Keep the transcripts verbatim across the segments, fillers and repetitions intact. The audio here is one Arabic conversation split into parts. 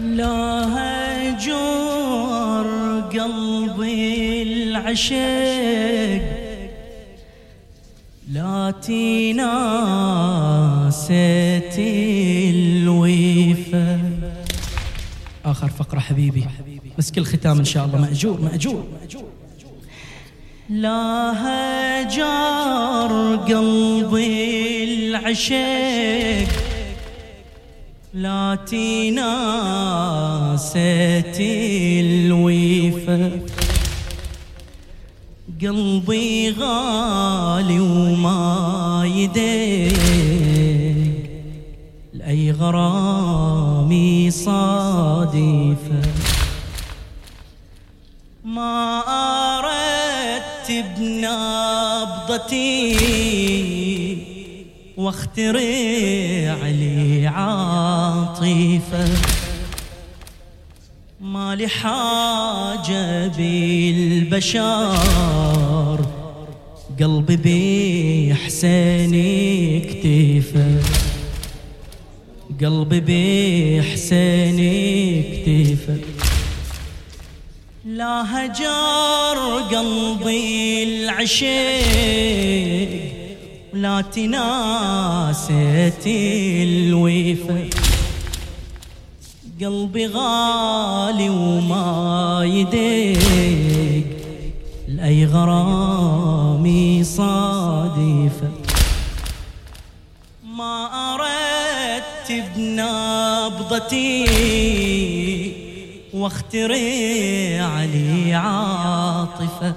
لا هجر قلبي العشق لا تناست الوفا. آخر فقرة حبيبي مسك الختام إن شاء الله مأجور مأجور. لا هجر قلبي العشق لا تناست الوفا. قلبي غالي وما يدق لأي غرامي صادفة. ما أردت بنبضتي واخترع لي عاطفة. ما لي حاجة بالبشر قلبي بإحسان اكتفى. قلبي بإحسان اكتفى. لا هجر قلبي العشق لا تناست الوفا. قلبي غالي وما يدق لأي غرامي صادفة. ما أردت بنبضتي واخترع لي عاطفة.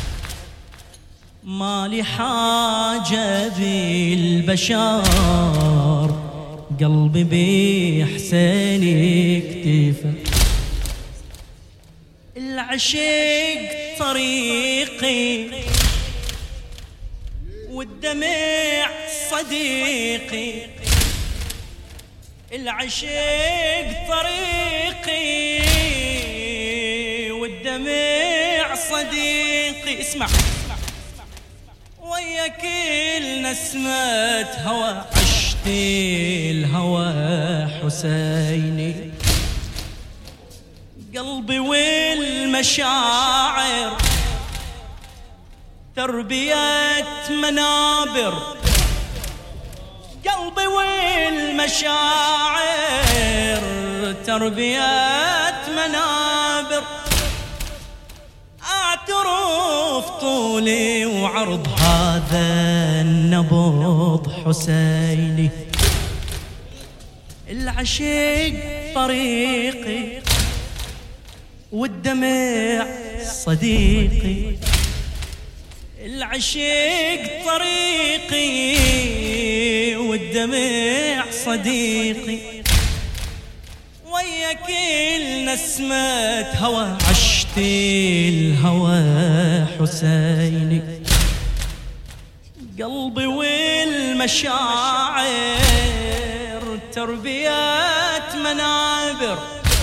ما لي حاجة بالبشر قلبي بإحسان اكتفى. العشق طريقي والدمع صديقي. العشق طريقي والدمع صديقي. اسمع ويا كل نسمة هوى عشت الهوى حسيني. قلبي والمشاعر تربية منابر. قلبي والمشاعر تربية منابر. اعترف طولي وعرض هذا النبض حسيني. العشق طريقي والدمع صديقي. العشق طريقي والدمع صديقي. ويا كل نسمة هوى عشت الهوى حسيني. قلبي والمشاعر تربية منابر.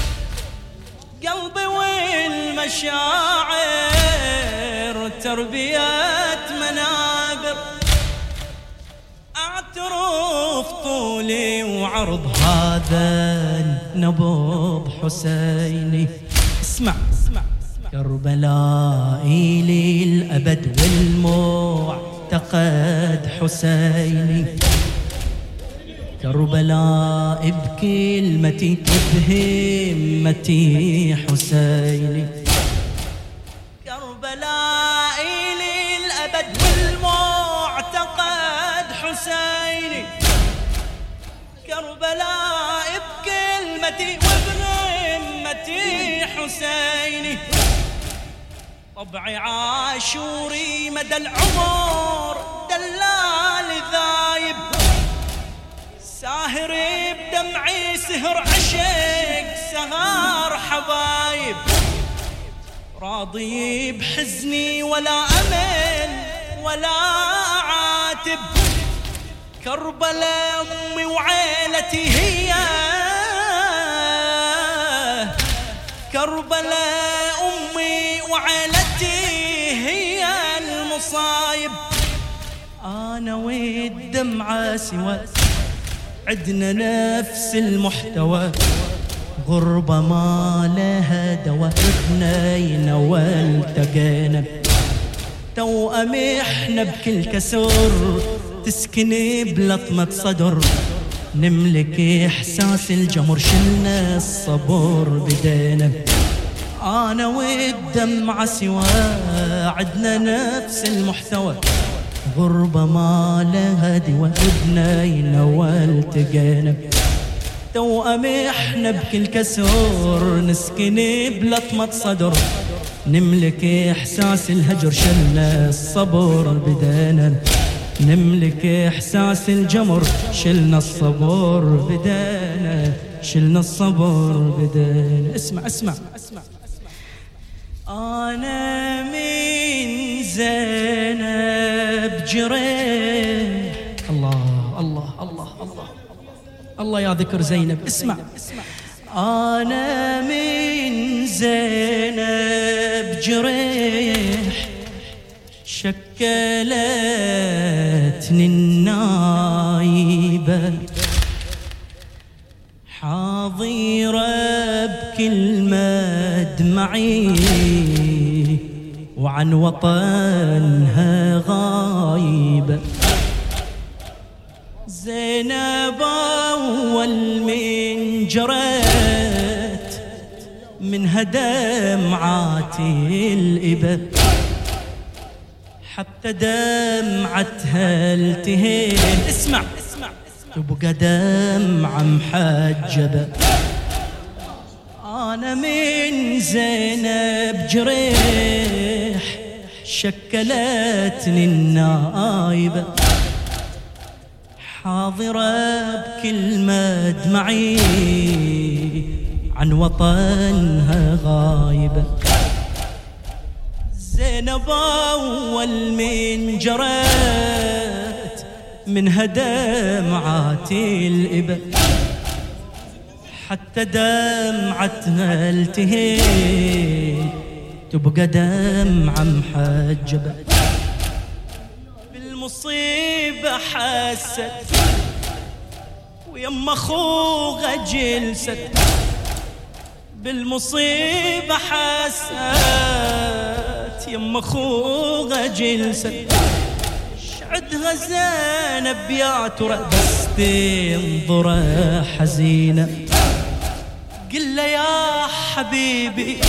قلبي والمشاعر تربية منابر. اعترف طولي وعرض هذا النبض حسيني. اسمع كربلائي للأبد والمعتقد حسيني. كربلاء بكلمتي بهمتي حسيني. كربلاء للأبد والمعتقد حسيني. كربلاء بكلمتي وبهمتي حسيني. طبعي عاشوري مدى العمر دلال ذايب. ساهر بدمعي سهر عشق سهر حبايب. راضي بحزني ولا أمل ولا عاتب. كربلاء أمي وعيلتي هي. كربلاء أمي وعيلتي هي المصايب. أنا والدمعة سوا عدنا نفس المحتوى. غربة ما لها دوا اثنين والتقينا توأم احنا بكل كسر تسكني بلطمة صدر نملك احساس الجمر شلنا الصبر بدينا انا والدمعة سوا عدنا نفس المحتوى غربة ما لها دوا اثنين والتقينا توأم احنا بكل كسر نسكني بلطمة صدر نملك احساس الهجر شلنا الصبر بدينا نملك احساس الجمر شلنا الصبر بدينا شلنا الصبر بدينا اسمع اسمع اسمع انا من زينب جريح الله الله الله الله الله يا ذكر زينب اسمع أنا من زينب جريح شكلتني النايبة حاضرة بكل مدمعي وعن وطنها غايبة زينب أول من جرت منها دمعاتي الإبة حتى دمعتها التهين اسمع تبقى دمعة محجبة أنا من زينب جريح شكلتني النايبة حاضرة بكل مدمعي عن وطنها غايبة زينب أول من جرت منها دمعاتي الإبة حتى دمعتها التهين تبقى دمعة محجبة بالمصيبة حست ويما أخوها جلست بالمصيبة حست يما أخوها جلست شعدها زينب يا ترى بس تنظره حزينة قل له يا حبيبي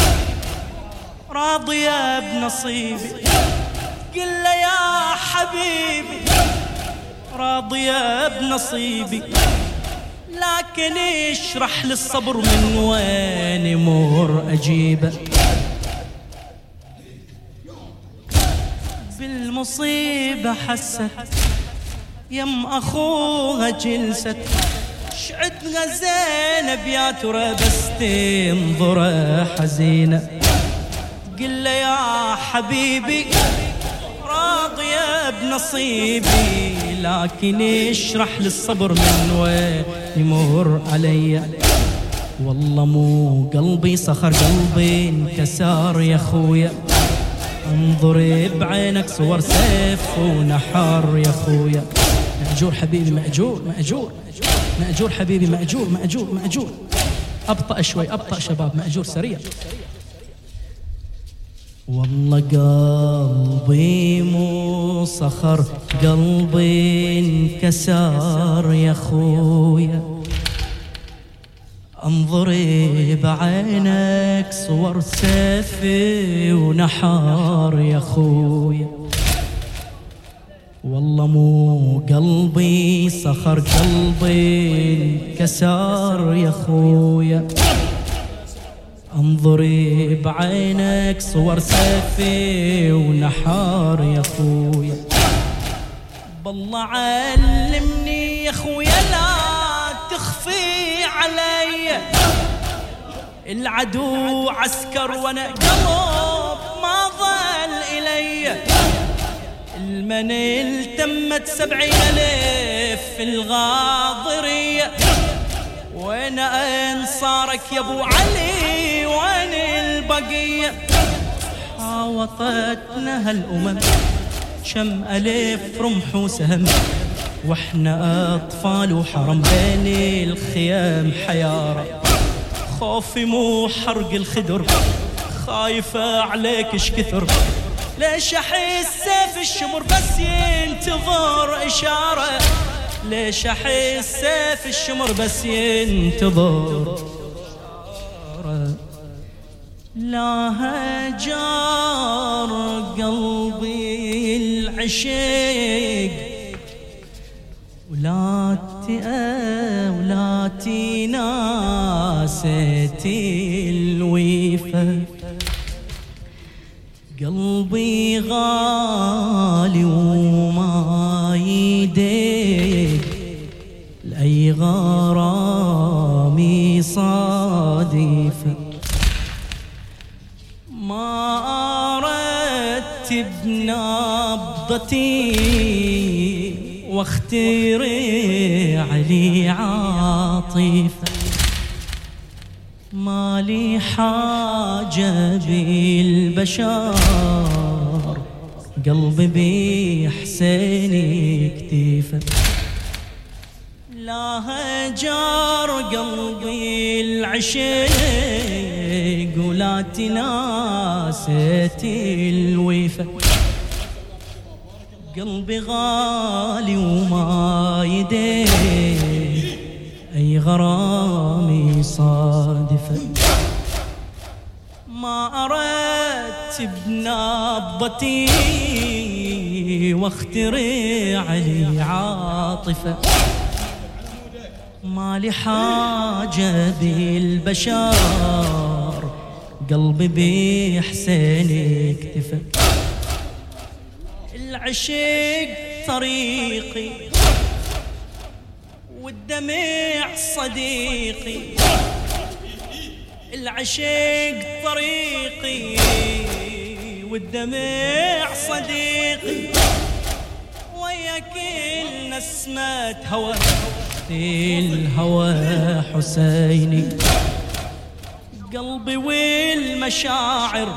راضية بنصيبي قل له يا حبيبي راضية بنصيبي لكن اشرح للصبر من وين يمر أجيبه بالمصيبة حست يم أخوها جلست شعدها زينب يا ترى بس تنظره حزينة قل له يا حبيبي راضية بنصيبي لكن اشرح للصبر من وين يمر علي والله مو قلبي صخر قلبي انكسر يا خويا انظر بعينك صور سيف ونحر يا خويا مأجور حبيبي مأجور مأجور مأجور حبيبي مأجور مأجور مأجور أبطأ شوي أبطأ شباب مأجور سريع والله قلبي مو صخر قلبي انكسر يا خويا انظري بعينك صور سيفي ونحار يا خويا والله مو قلبي صخر قلبي انكسر يا خويا انظري بعينك صور سيفي ونحار يا خويا بالله علمني يا خويا لا تخفي علي العدو عسكر وانا قلب ما ظل الي المن التمت سبعين الف في الغاضرية وين انصارك يا ابو علي وين البقية حاوطتنا هالامم كم الف رمح وسهم واحنا اطفال وحرم بين الخيام حيارة خوفي مو حرق الخدر، خايفة عليك اش كثر، ليش احس سيف الشمر بس ينتظر اشارة، ليش احس سيف الشمر بس ينتظر. لا هجر قلبي العشق ولا تأ ولا تناستي الوفا، قلبي غالي وما يدق لأي غرامي صادفة، ما أرتب نبضتي واخترع لي عاطفة، ما لي حاجة بالبشر قلبي بحسين اكتفى، لا هجر قلبي العشق ولا تناستي الوفا، قلبي غالي وما يديك أي غرامي صادفة، ما أردت بنبضتي واخترع لي عاطفة، ما لي حاجة بالبشر قلبي بحسين اكتفى، العشق طريقي والدمع صديقي، العشق طريقي والدمع صديقي، ويا كل نسمة هوى الهوى حسيني، قلبي والمشاعر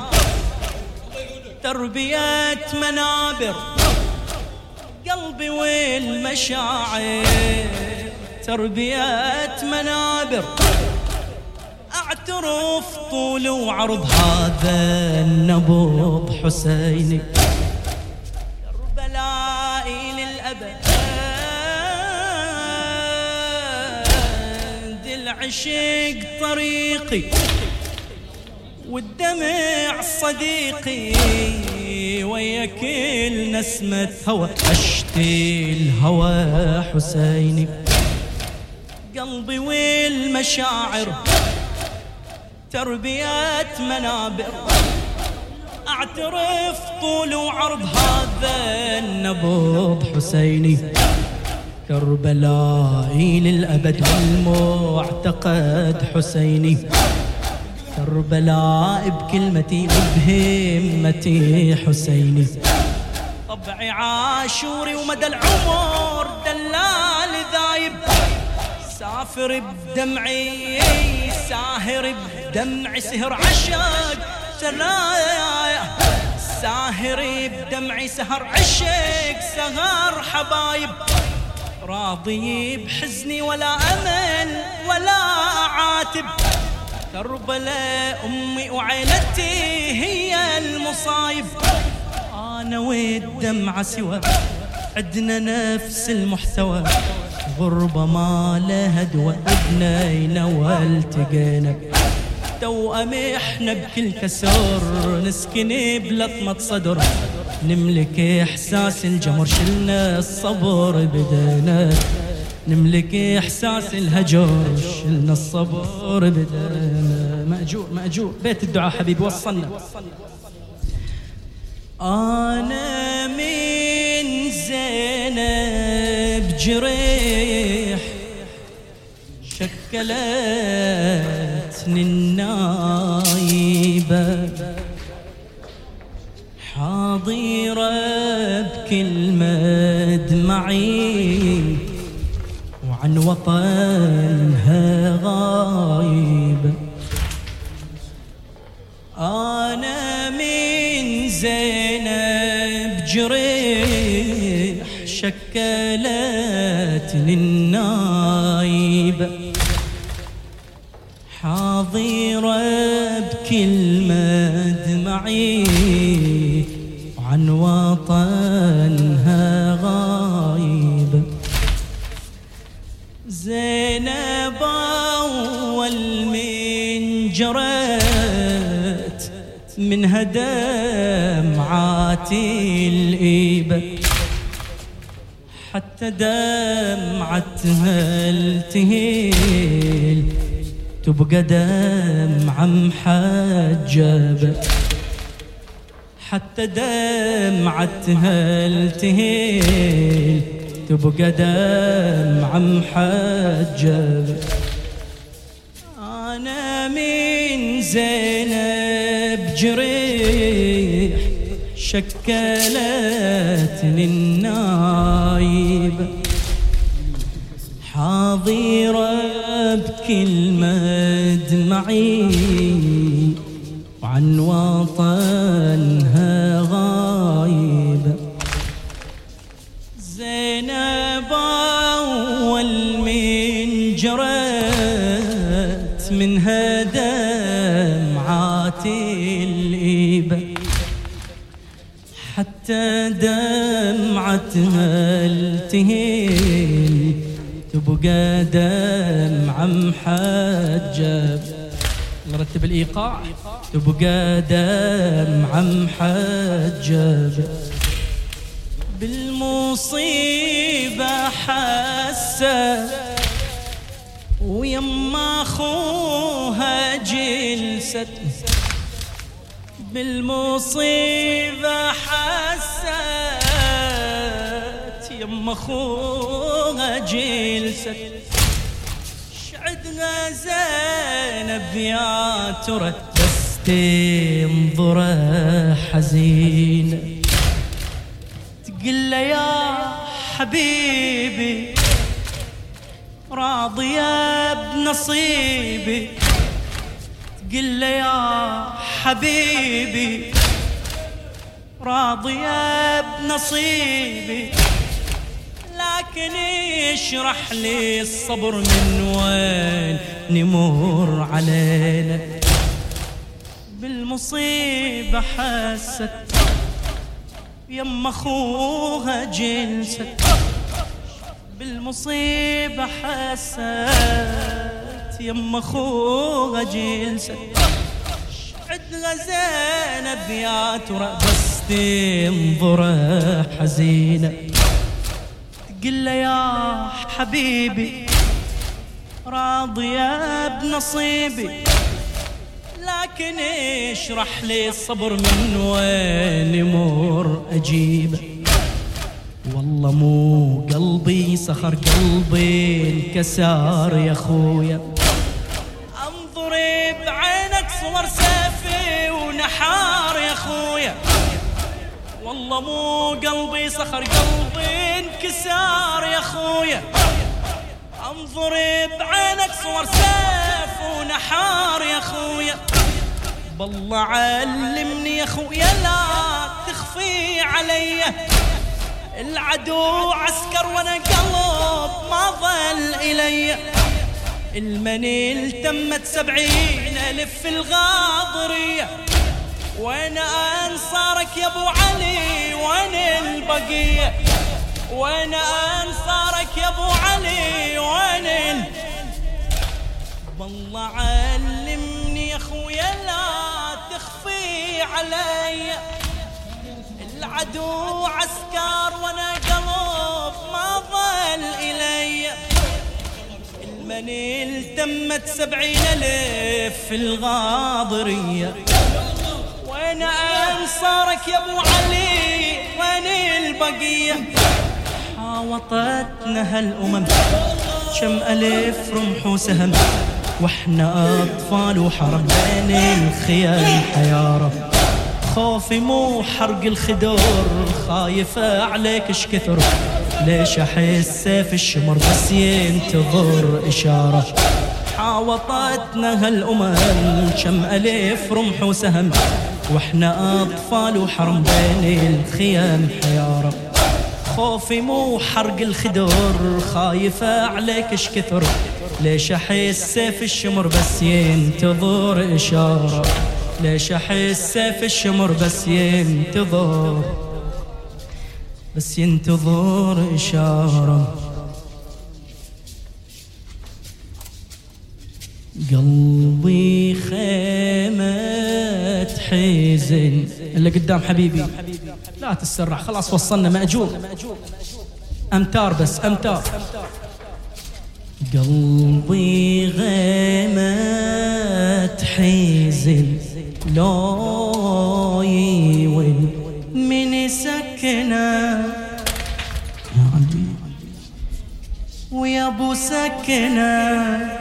تربية منابر، قلبي والمشاعر تربية منابر، اعترف طول وعرض هذا النبض حسيني، كربلائي للأبد العشق طريقي والدمع صديقي، ويا كل نسمة هوى أشتي الهوى حسيني، قلبي والمشاعر تربية منابر، اعترف طول وعرض هذا النبض حسيني، كربلائي للأبد والمعتقد حسيني، كربلاء بكلمتي وبهمتي حسيني، طبعي عاشوري ومدى العمر دلال ذايب، سافر بدمعي ساهر بدمعي سهر عشق سرايا، ساهر بدمعي سهر عشق سهر حبايب، راضي بحزني ولا أمل ولا عاتب، كربلاء أمي وعيلتي هي المصايب، أنا والدمعة سوا عدنا نفس المحتوى، غربة ما لها دوا ابنينا والتقينا، توأم احنا بكل كسر نسكن بلطمة صدر، نملك احساس الجمر شلنا الصبر بدنا، نملك احساس الهجر شلنا الصبر بدنا، مأجور مأجور بيت الدعاء حبيبي وصلنا. انا من زينب جريح شكلتني النايبة، حاضرة بكل مدمعي وعن وطنها غايبة، أنا من زينب جريح شكلتني النايبة، حاضرة بكل مدمعي وعن وطنها غايبة. زينب أول من جرت منها دمعاتي الإيبة، حتى دمعتها التهيل تبقى دمعة محجبة، حتى دمعتها التهيل تبقى دمعة محجبة. أنا من زينب جريح شكلتني النايبة، حاضرة بكل مدمعي وعن وطنها غايبة. زينب أول من جرت منها دمعاتي الإيبة، حتى دمعتها التهيل تبقى دمعة محجب. نرتب الإيقاع. تبقى دمعة محجب. بالمصيبة حاسة ويما أخوها جلست، بالمصيبة حست يما أخوها جلست. شعدها زينب يا ترى بس تنظره حزين، تقول له يا حبيبي راضية بنصيبي، تقول له يا حبيبي راضية بنصيبي، لكن يشرح لي الصبر من وين نمر علينا. بالمصيبة حست يما أخوها جلست، بالمصيبة حست يما أخوها جلست. عدها زينب يا ترى بس تنظره حزينة، تقول له يا حبيبي راضية بنصيبي، لكن اشرح لي الصبر من وين يمر أجيبه. والله مو قلبي صخر قلبي انكسر يا خويا، انظري بعينك صور سيفي ونحار يا خويا. والله مو قلبي صخر قلبي انكسر يا خويا، انظري بعينك صور سيف ونحار يا خويا. بالله علمني يا خويا لا تخفي علي، العدو عسكر وانا قلب ما ظل الي. المنيل تمت سبعين الف الغاضرية، وين انصارك يا ابو علي وين البقية، وين انصارك يا ابو علي وين ال... بالله علمني يا خويا لا تخفي علي، العدو عسكر وانا قلب ما ظل الي. المنيل تمت سبعين الف الغاضرية، وين انصارك يا ابو علي وين البقية. حاوطتنا هالامم كم الف رمح وسهم، واحنا اطفال وحرب بين الخيام حيارة. خوفي مو حرق الخدور، خايفة عليك اش كثر، ليش احس سيف الشمر بس ينتظر اشارة. حاوطتنا هالامم كم الف رمح وسهم، واحنا اطفال وحرم بين الخيام حيارة. خوفي مو حرق الخدور، خايفة عليك اش كثر، ليش أحس سيف الشمر بس ينتظر إشارة، ليش أحس سيف الشمر بس ينتظر بس ينتظر إشارة. قلبي خيمة حزن. اللي قدام حبيبي لا تسرع، خلاص وصلنا مأجور، أمتار بس أمتار. قلبي غيمة حزن لو يول من سكنة ويا ابو سكنة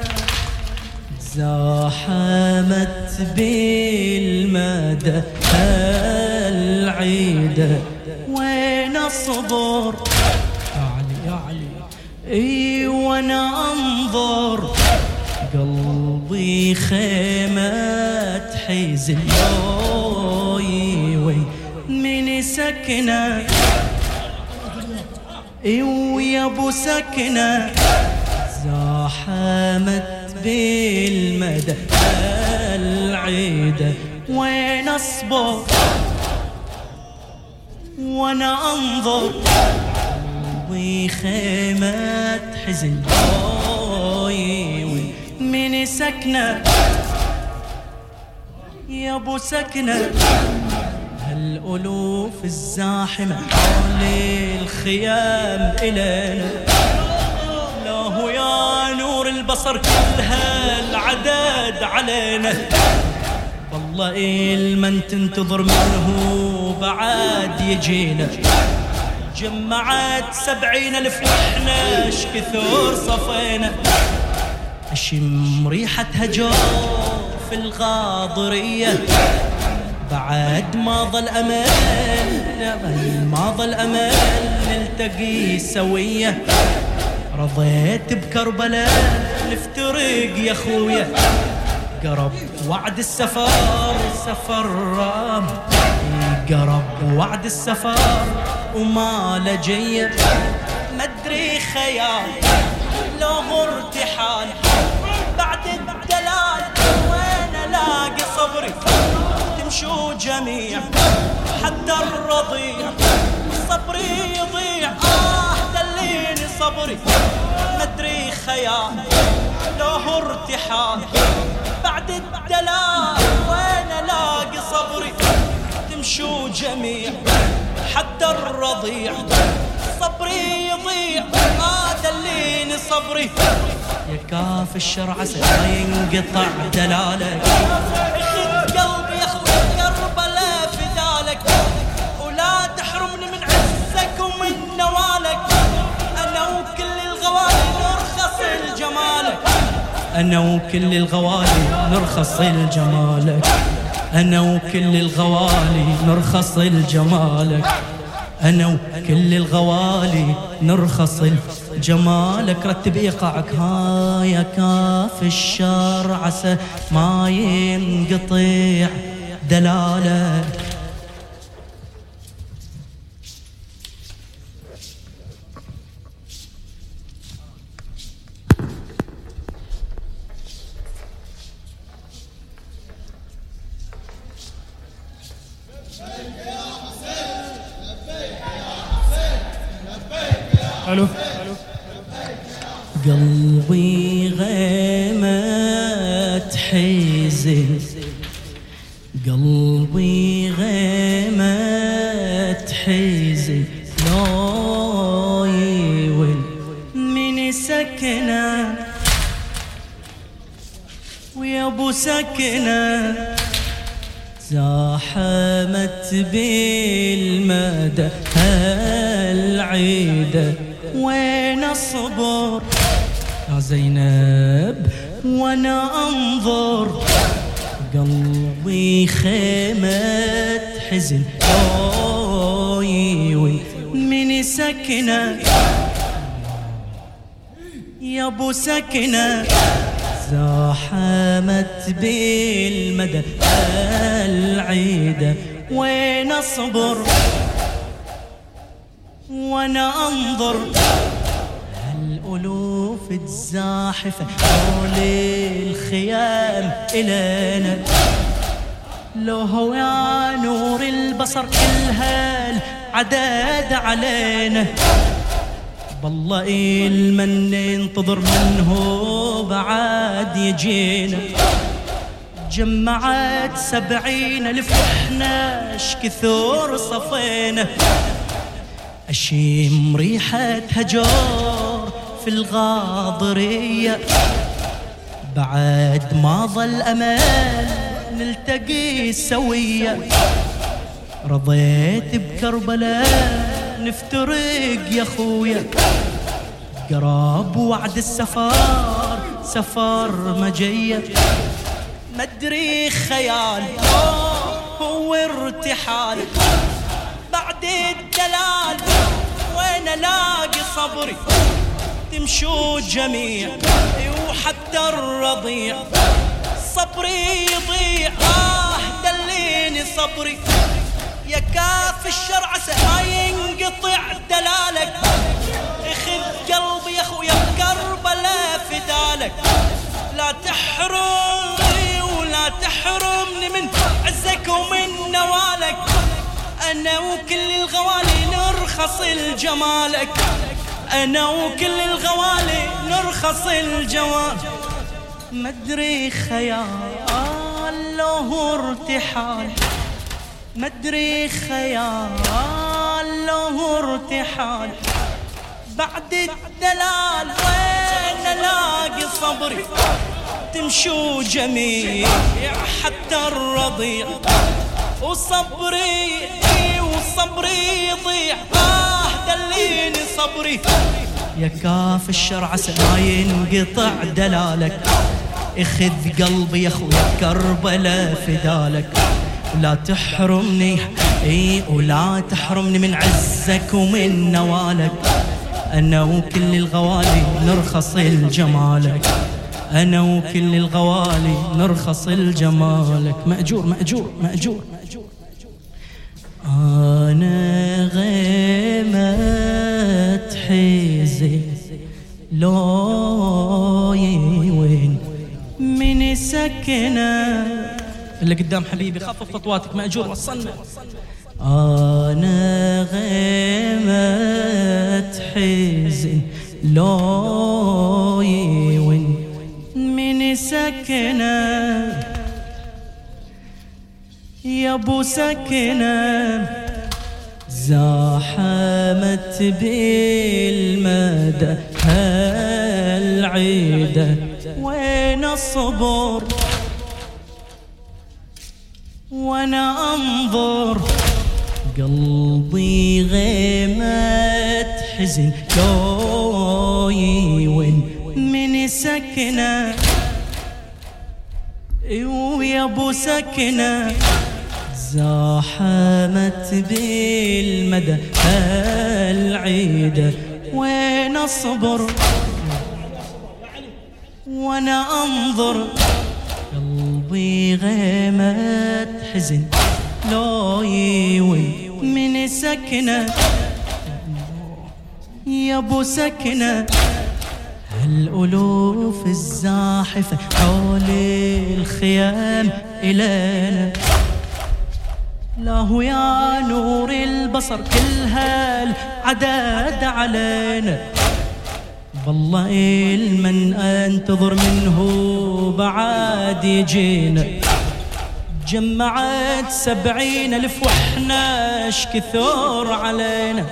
زاحمت بالمدى العيدة وين اصبر يا علي يا علي اي وانا انظر. قلبي خيمة حزن وين من سكنة اي ويا ابو سكنة زاحمت بالمدى العيدة وين اصبر وانا انظر. قلبي خيمة حزن من سكنة يا ابو سكنة هالألوف الزاحمة حول الخيام إلينا. له يا نور البصر كل هالعدد علينا. والله المن تنتظر منه بعد يجينا. جمعت سبعين ألف وإحنا اش كثر صفينا. أشم ريحتها جو في الغاضرية بعد ما ظل أمل ما ظل أمل نلتقي سوية. رضيت بكربلاء نفترق يا خويا. قرب وعد السفر سفر رام قرب وعد السفر وما لجية. مدري خيال لو ارتحال بعد الدلال وين الاقي صبري. تمشوا جميع حتى الرضيع صبري يضيع. آه دليني صبري. مدري خيال لو ارتحال بعد الدلال وين الاقي صبري. تمشوا جميع حتى الرضيع صبري يضيع. آه دليني صبري. يا كاف الشرع ما ينقطع دلالك. اخذ قلبي يخلص كربلاء فدالك ولا تحرمني من عزك ومن نوالك. انا وكل الغوالي نرخص لجمالك. انا وكل الغوالي نرخص لجمالك. انا وكل الغوالي نرخص لجمالك. أنا وكل الغوالي نرخص جمالك. رتب إيقاعك. ها يا كاف الشر عسى ما ينقطع دلالك. الو قلبي غيمة حزن. قلبي غيمة حزن لو يول من سكنة ويا ابو سكنة زاحمت بالمدى العيدة وين اصبر يا زينب وانا انظر. قلبي خيمة حزن يول من سكنة يا ابو سكنة زاحمت بالمدى العيدة وين اصبر وانا انظر. هالألوف الألوف الزاحفة حول الخيام إلينا، لو هو يا نور البصر كل هالعدد علينا، بالله المن ينتظر منه بعد يجينا. جمعت سبعين ألف وإحنا شكثر صفينا، أشم ريحة هجر في الغاضرية، بعد ما ظل أمل نلتقي سوية، رضيت بكربلاء نفترق يا خويا، قراب وعد السفر سفر مجية، مدري خيال هو ارتحال بعد الدلال، وين الاقي صبري تمشوا جميع وحتى الرضيع صبري يضيع، آه دليني صبري يا كاف الشرع ما ينقطع دلالك، اخذ قلبي يا خويا بكربلاء فدالك، لا تحرمني ولا تحرمني من عزك ومن نوالك، أنا وكل الغوالي نرخص الجمالك، أنا وكل الغوالي نرخص الجمال، مدري خيال له ارتحال، مدري خيال له ارتحال بعد الدلال، وين الاقي صبري تمشوا جميع حتى الرضيع، وصبري وصبري يضيع، آه دليني صبري يا كاف الشرع ما ينقطع دلالك، اخذ قلبي يا خويا كربلاء فدالك، ولا تحرمني اي ولا تحرمني من عزك ومن نوالك، انا وكل الغوالي نرخص الجمالك، انا وكل الغوالي نرخص الجمالك، مأجور مأجور مأجور مأجور. انا غيمت حزن لو وين من سكنه اللي قدام حبيبي، خفف خطواتك مأجور وصلنا. أنا غيمت حزن لو يوين من سكنه يا ابو سكنه، زاحمت بالمدى هالعيده، وين الصبر وانا انظر، قلبي غيمت حزن لو يوين من سكنه، ويا ابو سكنه زاحمت بالمدى العيده، وين اصبر وانا انظر، قلبي غيمت حزن لو يوين من سكنه، يا ابو سكنه هالألوف الزاحفة حول الخيام إلينا، له يا نور البصر كل هالعدد علينا، بالله المن انتظر منه بعد يجينا. جمعت سبعين ألف وإحنا كثور علينا،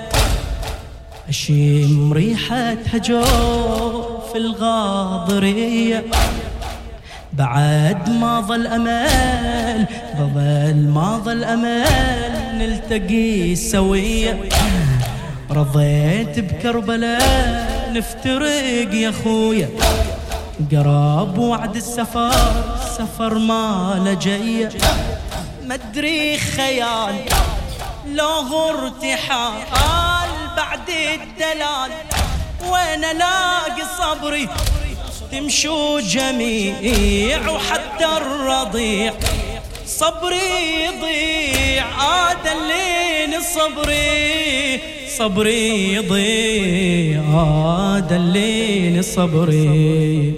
أشم ريحة هجر في الغاضرية، بعد ما ظل أمل بظل ما ظل أمل نلتقي سوية، رضيت بكربلاء نفترق يا خويا، قراب وعد السفر سفر ما لجية، مدري خيال لو ارتحال بعد الدلال، وين الاقي صبري تمشوا جميع وحتى الرضيع صبري يضيع، عاد اللين صبري صبري يضيع آه دليني صبري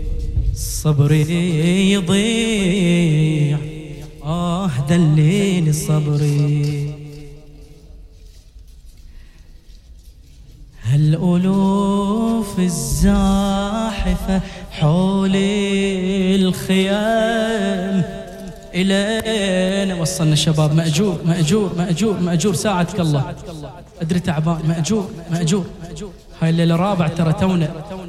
صبري يضيع آه دليني صبري. هالألوف الزاحفة حول الخيام إلينا وصلنا شباب. مأجور مأجور مأجور مأجور ساعدك الله. أدري تعبان. مأجور مأجور هاي الليلة رابع ترى تونا.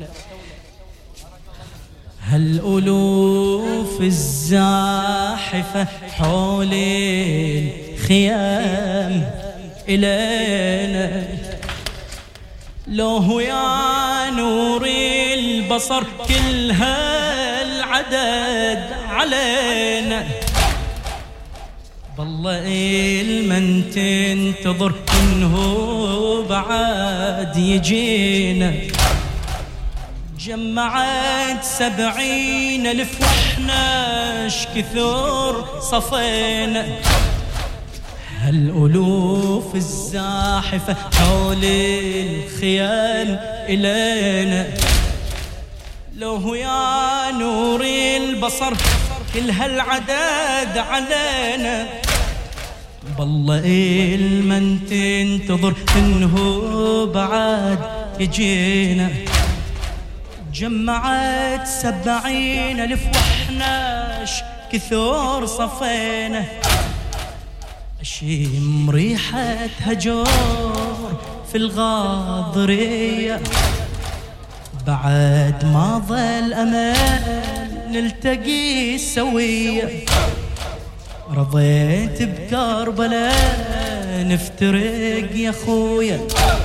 هالألوف الزاحفة حول الخيام إلينا لو يا نور البصر كل هالعدد علينا بالله المن تنتظر انه بعد يجينا. جمعت سبعين الف واحنا كثر صفينا. هالألوف الزاحفة حول الخيام إلينا لو يا نور البصر كل هالعدد علينا بالله المن تنتظر انه بعد يجينا. جمعت سبعين الف واحنا كثر صفينا. أشم ريحة هجر في الغاضرية بعد ما ظل أمل نلتقي سوية. رضيت بكربلاء نفترق يا خويا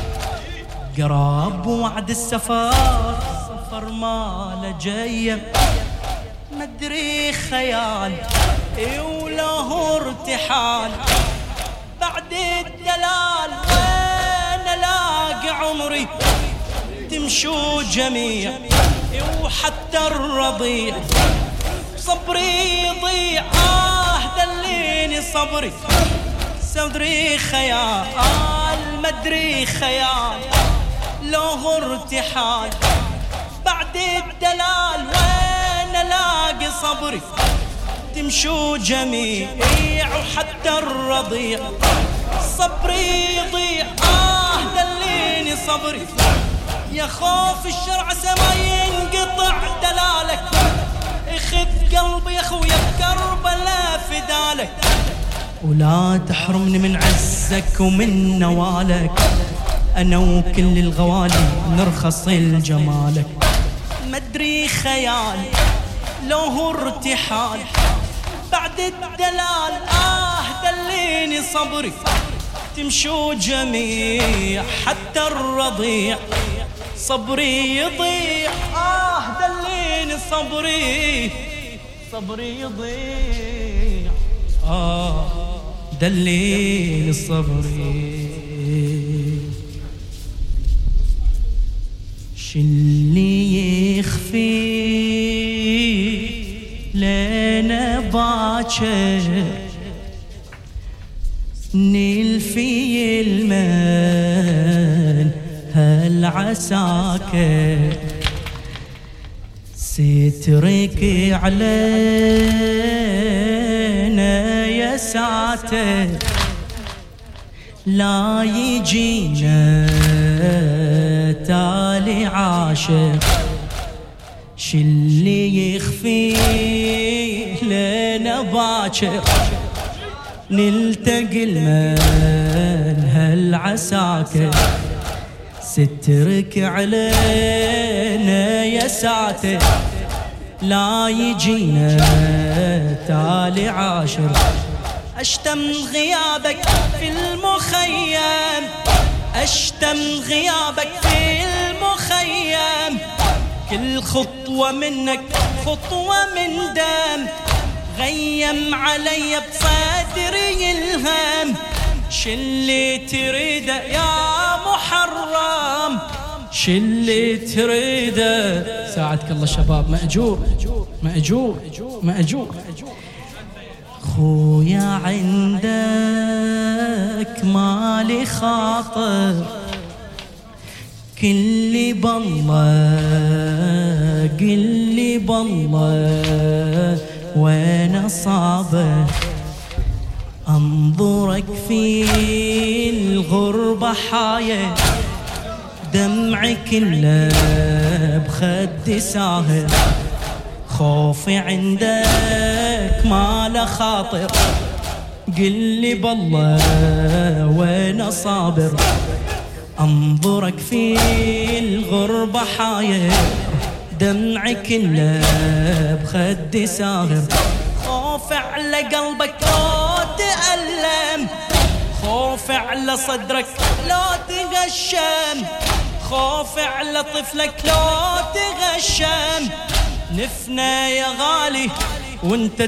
قراب وعد السفر سفر ما لجية. مدري خيال وله ارتحال بعد الدلال وين الاقي عمري تمشوا جميع وحتى الرضيع صبري يضيع آه دليني صبري صدري خيال مدري خيال له ارتحال بعد الدلال وين الاقي صبري تمشوا جميع وحتى الرضيع صبري يضيع آه دليني صبري. يا خوف الشرع سما ينقطع دلالك اخذ قلبي يا خويا بكربلاء فدالك ولا تحرمني من عزك ومن نوالك. انا وكل الغوالي نرخص لجمالك. مدري خيال لو ارتحال بعد الدلال آه دليني صبري تمشوا جميع حتى الرضيع صبري يضيع آه دليني صبري صبري يضيع آه دليني صبري. شلي يخفي لنا باكر نيل في المال هالعساكر سترك علينا يا ساتر لا يجينا تالي عاشق. شلي يخفي لنا باكر نلتقي المال هالعساكر سترك علينا يا ساتر لا يجينا تالي عاشر. أشتم غيابك في المخيم أشتم غيابك في المخيم كل خطوة منك خطوة من دم غيم علي بصدري الهم. شلي تريده يا محرم شلي تريده. ساعدك الله شباب. مأجور مأجور مأجور خويا عنده عندك مالي خاطر، كلي بالله قلي بالله وانا صابر، انظرك في الغربة حاير، دمعي كله بخدي ساهر، خوفي عندك ما له خاطر، قلي بالله وانا صابر، انظرك في الغربة حاير، دمعي كله بخدي ساهر، خوفي على قلبك لو تألم، خوفي على صدرك لو تغشم، خوفي على طفلك لو تغشم، نفنا يا غالي وانت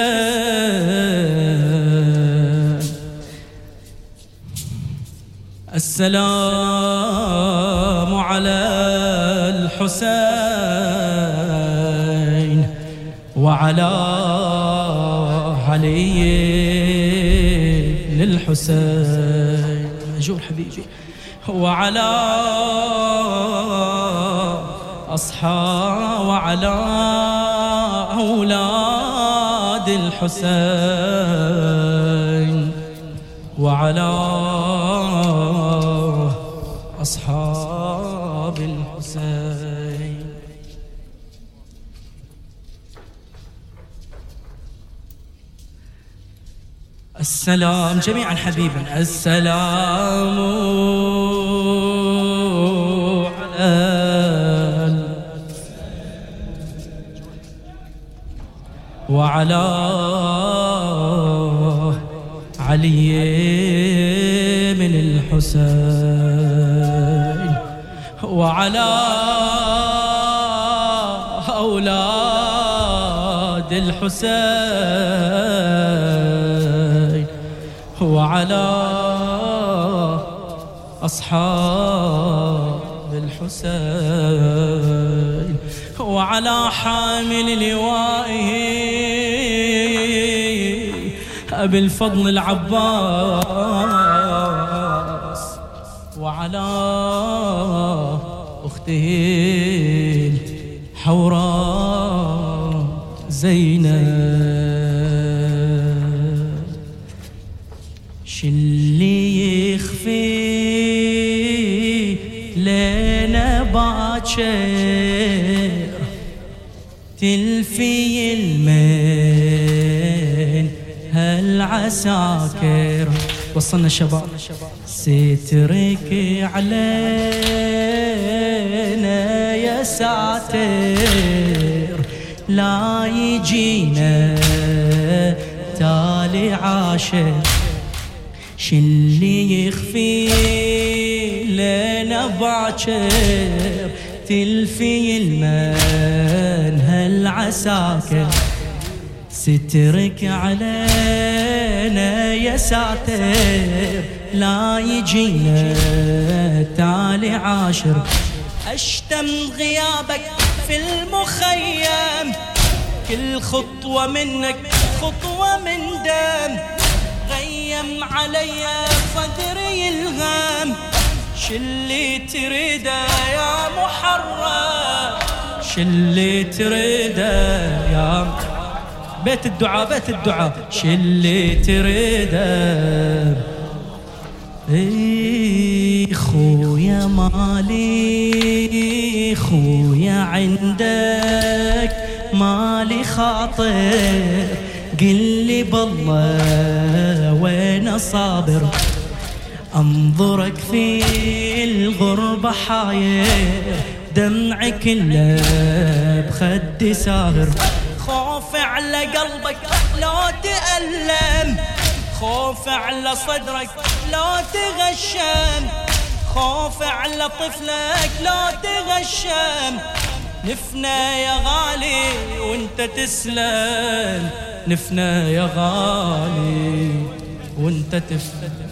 تسلم. السلام على الحسين وعلى علي للحسين مأجور حبيبي، وعلى أصحاب وعلى أولاد الحسين، وعلى أصحاب الحسين. السلام جميعا حبيبا. السلام على وعلى علي من الحسين، وعلى أولاد الحسين، وعلى أصحاب الحسين، وعلى حامل لوائه أبي الفضل العباس، وعلى أخته الحوراء زينب، شلي يخفي لنا باكر، تلفي المين هالعساكر. وصلنا الشباب. سترك علينا يا ساتر، لا يجينا تالي عاشر، شلي يخفي لنا باكر، تلفي المن هالعساكر، سترك علينا يا ساتر، لا يجينا تالي عاشر، أشتم غيابك في المخيم، كل خطوة منك خطوة من دم، غيم علي صدري الغام، شلي تريده يا محرم، شلي تريده يا بيت الدعاء بيت الدعاء، شلي تريده. اي خويا مالي خويا عندك مالي خاطر، قلي بالله وانا صابر، انظرك في الغربة حاير، دمعي كله بخدي ساهر، خوفي على قلبك لو تألم، خوفي على صدرك لو تغشم، خوفي على طفلك لو تغشم، نفنا يا غالي وانت تسلم، نفنا يا غالي وانت تسلم.